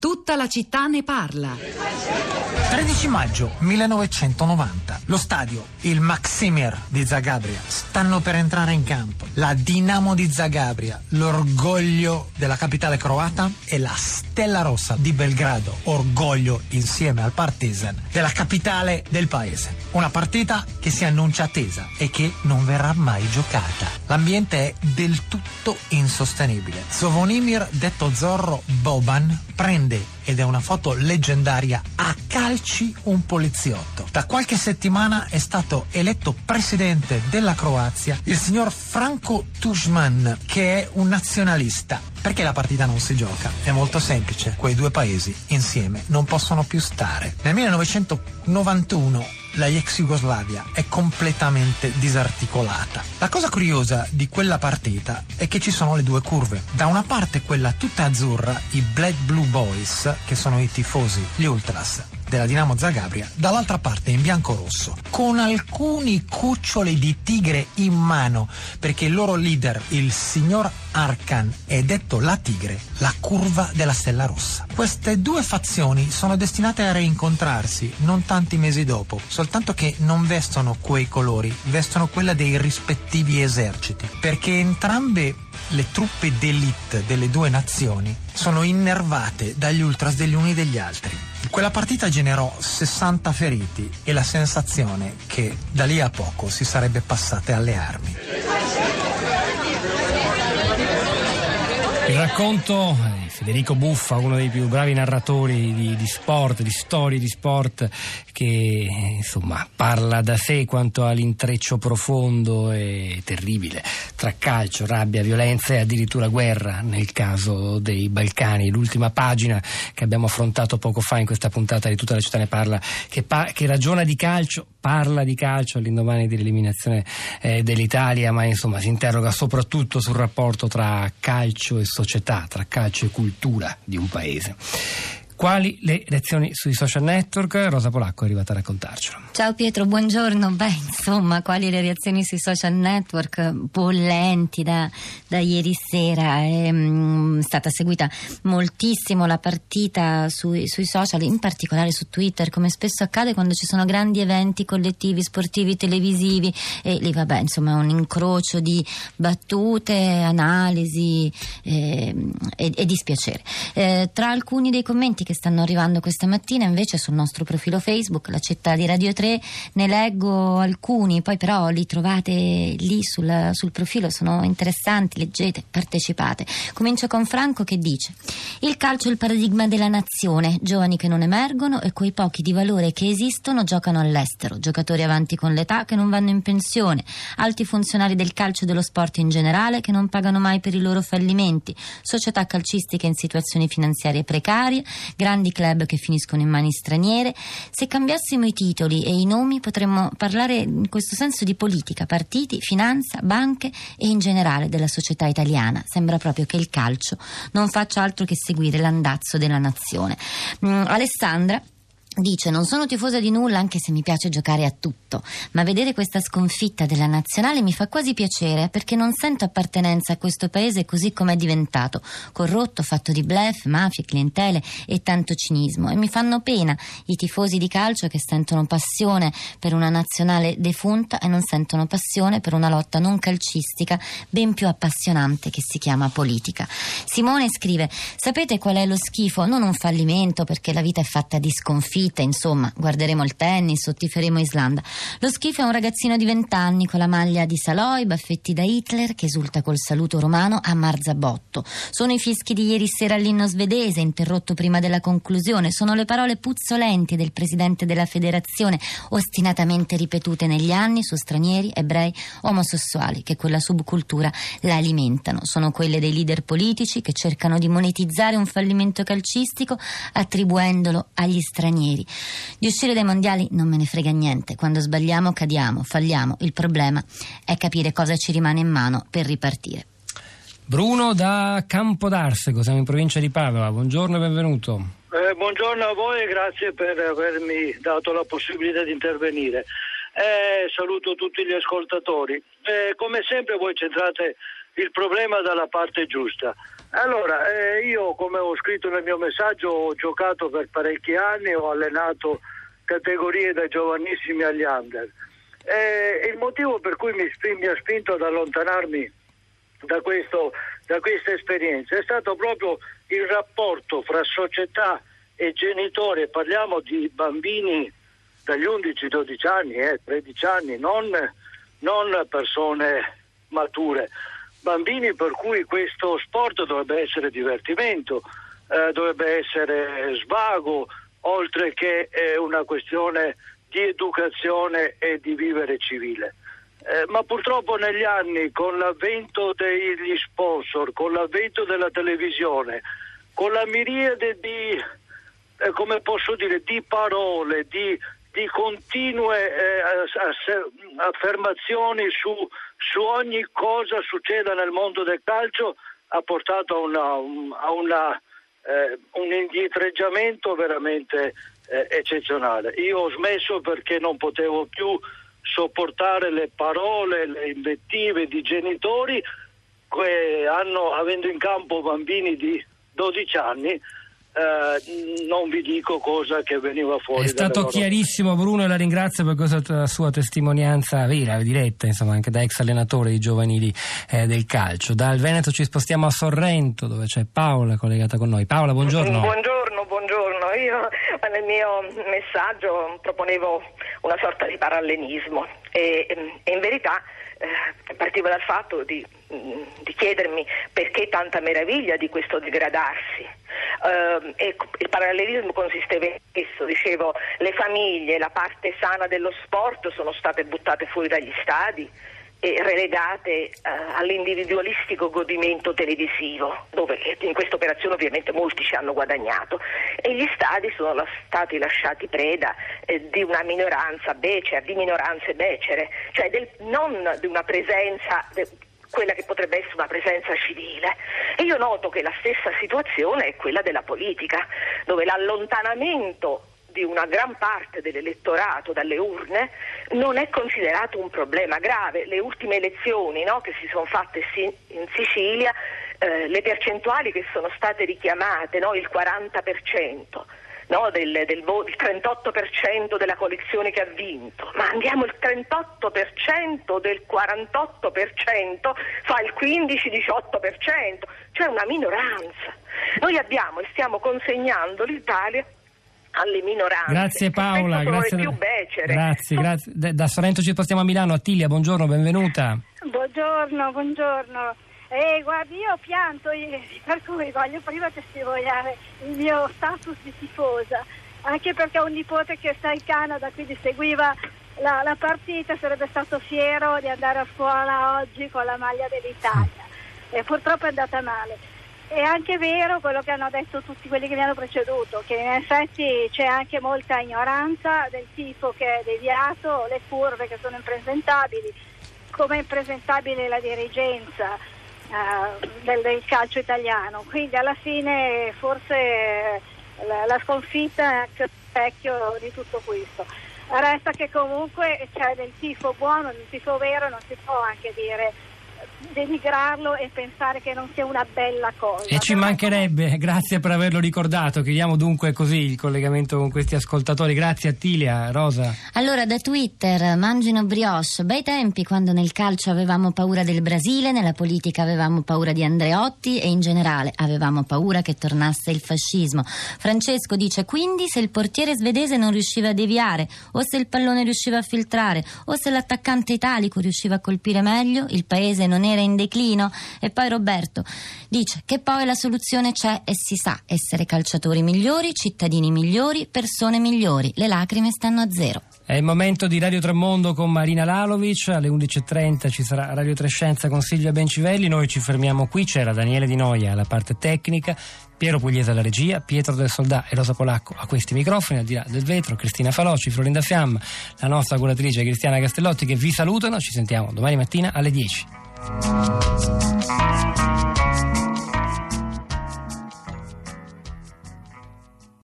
Tutta la città ne parla. 13 maggio 1990. Lo stadio, il Maksimir di Zagabria, stanno per entrare in campo. La Dinamo di Zagabria, l'orgoglio della capitale croata, e la Stella Rossa di Belgrado, orgoglio insieme al Partizan della capitale del paese. Una partita che si annuncia attesa e che non verrà mai giocata. L'ambiente è del tutto insostenibile. Zvonimir, detto Zorro Boban, prende, ed è una foto leggendaria, a calci un poliziotto. Da qualche settimana è stato eletto presidente della Croazia il signor Franjo Tuđman, che è un nazionalista. Perché la partita non si gioca? È molto semplice: quei due paesi insieme non possono più stare. Nel 1991 la ex Jugoslavia è completamente disarticolata. La cosa curiosa di quella partita è che ci sono le due curve. Da una parte quella tutta azzurra, i Black Blue Boys, che sono i tifosi, gli ultras della Dinamo Zagabria, dall'altra parte in bianco-rosso, con alcuni cuccioli di tigre in mano, perché il loro leader, il signor Arkan, è detto la tigre, la curva della Stella Rossa. Queste due fazioni sono destinate a rincontrarsi non tanti mesi dopo, soltanto che non vestono quei colori, vestono quella dei rispettivi eserciti, perché entrambe le truppe d'élite delle due nazioni sono innervate dagli ultras degli uni e degli altri. Quella partita generò 60 feriti e la sensazione che da lì a poco si sarebbe passate alle armi. Il racconto di Federico Buffa, uno dei più bravi narratori di sport, di storie di sport, che insomma parla da sé quanto all'intreccio profondo e terribile tra calcio, rabbia, violenza e addirittura guerra nel caso dei Balcani. L'ultima pagina che abbiamo affrontato poco fa in questa puntata di Tutta la città ne parla, che ragiona di calcio, parla di calcio all'indomani dell'eliminazione dell'Italia, ma insomma si interroga soprattutto sul rapporto tra calcio e società, tra calcio e cultura di un paese. Quali le reazioni sui social network? Rosa Polacco è arrivata a raccontarcelo. Ciao Pietro, buongiorno. Insomma, quali le reazioni sui social network? Bollenti da ieri sera. È stata seguita moltissimo la partita sui social, in particolare su Twitter, come spesso accade quando ci sono grandi eventi collettivi, sportivi, televisivi, e lì insomma è un incrocio di battute, analisi e dispiacere. Tra alcuni dei commenti che stanno arrivando questa mattina invece sul nostro profilo Facebook, La Città di Radio 3, ne leggo alcuni, poi però li trovate lì sul profilo, sono interessanti, leggete, partecipate. Comincio con Franco che dice: il calcio è il paradigma della nazione, giovani che non emergono e quei pochi di valore che esistono giocano all'estero, giocatori avanti con l'età che non vanno in pensione, alti funzionari del calcio e dello sport in generale che non pagano mai per i loro fallimenti, società calcistiche in situazioni finanziarie precarie, grandi club che finiscono in mani straniere. Se cambiassimo i titoli e i nomi potremmo parlare in questo senso di politica, partiti, finanza, banche e in generale della società italiana. Sembra proprio che il calcio non faccia altro che seguire l'andazzo della nazione. Alessandra dice: non sono tifosa di nulla, anche se mi piace giocare a tutto, ma vedere questa sconfitta della nazionale mi fa quasi piacere, perché non sento appartenenza a questo paese così come è diventato, corrotto, fatto di bluff, mafie, clientele e tanto cinismo, e mi fanno pena i tifosi di calcio che sentono passione per una nazionale defunta e non sentono passione per una lotta non calcistica ben più appassionante che si chiama politica. Simone scrive: sapete qual è lo schifo? Non un fallimento, perché la vita è fatta di sconfitte, insomma, guarderemo il tennis o tiferemo Islanda. Lo schifo è un ragazzino di 20 anni con la maglia di Salò, i baffetti da Hitler, che esulta col saluto romano a Marzabotto. Sono i fischi di ieri sera all'inno svedese, interrotto prima della conclusione. Sono le parole puzzolenti del presidente della federazione, ostinatamente ripetute negli anni su stranieri, ebrei, omosessuali, che quella subcultura la alimentano. Sono quelle dei leader politici che cercano di monetizzare un fallimento calcistico attribuendolo agli stranieri. Di uscire dai mondiali non me ne frega niente, quando sbagliamo cadiamo, falliamo, il problema è capire cosa ci rimane in mano per ripartire. Bruno da Campodarsego, siamo in provincia di Padova, buongiorno e benvenuto. Buongiorno a voi e grazie per avermi dato la possibilità di intervenire. Saluto tutti gli ascoltatori. Come sempre voi centrate il problema dalla parte giusta. Allora, io, come ho scritto nel mio messaggio, ho giocato per parecchi anni, ho allenato categorie dai giovanissimi agli under. Il motivo per cui mi ha spinto ad allontanarmi da questa esperienza è stato proprio il rapporto fra società e genitori. Parliamo di bambini dagli 11-12 anni, 13 anni, non persone mature, bambini per cui questo sport dovrebbe essere divertimento, dovrebbe essere svago, oltre che una questione di educazione e di vivere civile. Ma purtroppo negli anni, con l'avvento degli sponsor, con l'avvento della televisione, con la miriade di parole, di continue affermazioni su ogni cosa succeda nel mondo del calcio, ha portato a un indietreggiamento veramente eccezionale. Io ho smesso perché non potevo più sopportare le parole, le invettive di genitori che avendo in campo bambini di 12 anni. Non vi dico cosa che veniva fuori. È stato chiarissimo, Bruno, e la ringrazio per questa sua testimonianza vera, diretta, insomma, anche da ex allenatore di giovanili del calcio. Dal Veneto ci spostiamo a Sorrento, dove c'è Paola collegata con noi. Paola, buongiorno. Buongiorno. Io nel mio messaggio proponevo una sorta di parallelismo e in verità partivo dal fatto di chiedermi perché tanta meraviglia di questo degradarsi. E il parallelismo consisteva in questo, dicevo, le famiglie, la parte sana dello sport sono state buttate fuori dagli stadi e relegate all'individualistico godimento televisivo, dove in questa operazione ovviamente molti ci hanno guadagnato, e gli stadi sono stati lasciati preda di una minoranza becera, di minoranze becere, cioè non di una presenza quella che potrebbe essere una presenza civile. E io noto che la stessa situazione è quella della politica, dove l'allontanamento di una gran parte dell'elettorato dalle urne non è considerato un problema grave. Le ultime elezioni, che si sono fatte in Sicilia, le percentuali che sono state richiamate, il 40%, il 38% della coalizione che ha vinto, ma andiamo il 38% del 48% fa il 15-18%, cioè una minoranza. Noi abbiamo e stiamo consegnando l'Italia alle minoranze. Grazie Paola, grazie. Più becere. Grazie. Da Sorrento ci spostiamo a Milano. Attilia, buongiorno, benvenuta. Buongiorno. Guardi, io ho pianto ieri, per cui voglio prima testimoniare il mio status di tifosa, anche perché ho un nipote che sta in Canada, quindi seguiva la partita, sarebbe stato fiero di andare a scuola oggi con la maglia dell'Italia, e purtroppo è andata male. È anche vero quello che hanno detto tutti quelli che mi hanno preceduto, che in effetti c'è anche molta ignoranza del tifo che è deviato, le curve che sono impresentabili, come è impresentabile la dirigenza del calcio italiano. Quindi alla fine forse la sconfitta è anche il specchio di tutto questo. Resta che comunque c'è del tifo buono, del tifo vero, non si può anche denigrarlo e pensare che non sia una bella cosa. E ci mancherebbe, grazie per averlo ricordato. Chiudiamo dunque così il collegamento con questi ascoltatori. Grazie Attilia. Rosa. Allora, da Twitter, Mangino Brioche, bei tempi quando nel calcio avevamo paura del Brasile, nella politica avevamo paura di Andreotti e in generale avevamo paura che tornasse il fascismo. Francesco dice: quindi se il portiere svedese non riusciva a deviare, o se il pallone riusciva a filtrare, o se l'attaccante italico riusciva a colpire meglio, il paese non era in declino? E poi Roberto dice che poi la soluzione c'è e si sa: essere calciatori migliori, cittadini migliori, persone migliori. Le lacrime stanno a zero. È il momento di Radio Tremondo con Marina Lalovic. Alle 11.30 ci sarà Radio Trescenza con Silvia Bencivelli. Noi ci fermiamo qui. C'era Daniele Di Noia alla parte tecnica, Piero Pugliese alla regia, Pietro del Soldà e Rosa Polacco a questi microfoni, al di là del vetro Cristina Faloci, Florinda Fiamma, la nostra curatrice Cristiana Castellotti, che vi salutano. Ci sentiamo domani mattina alle 10.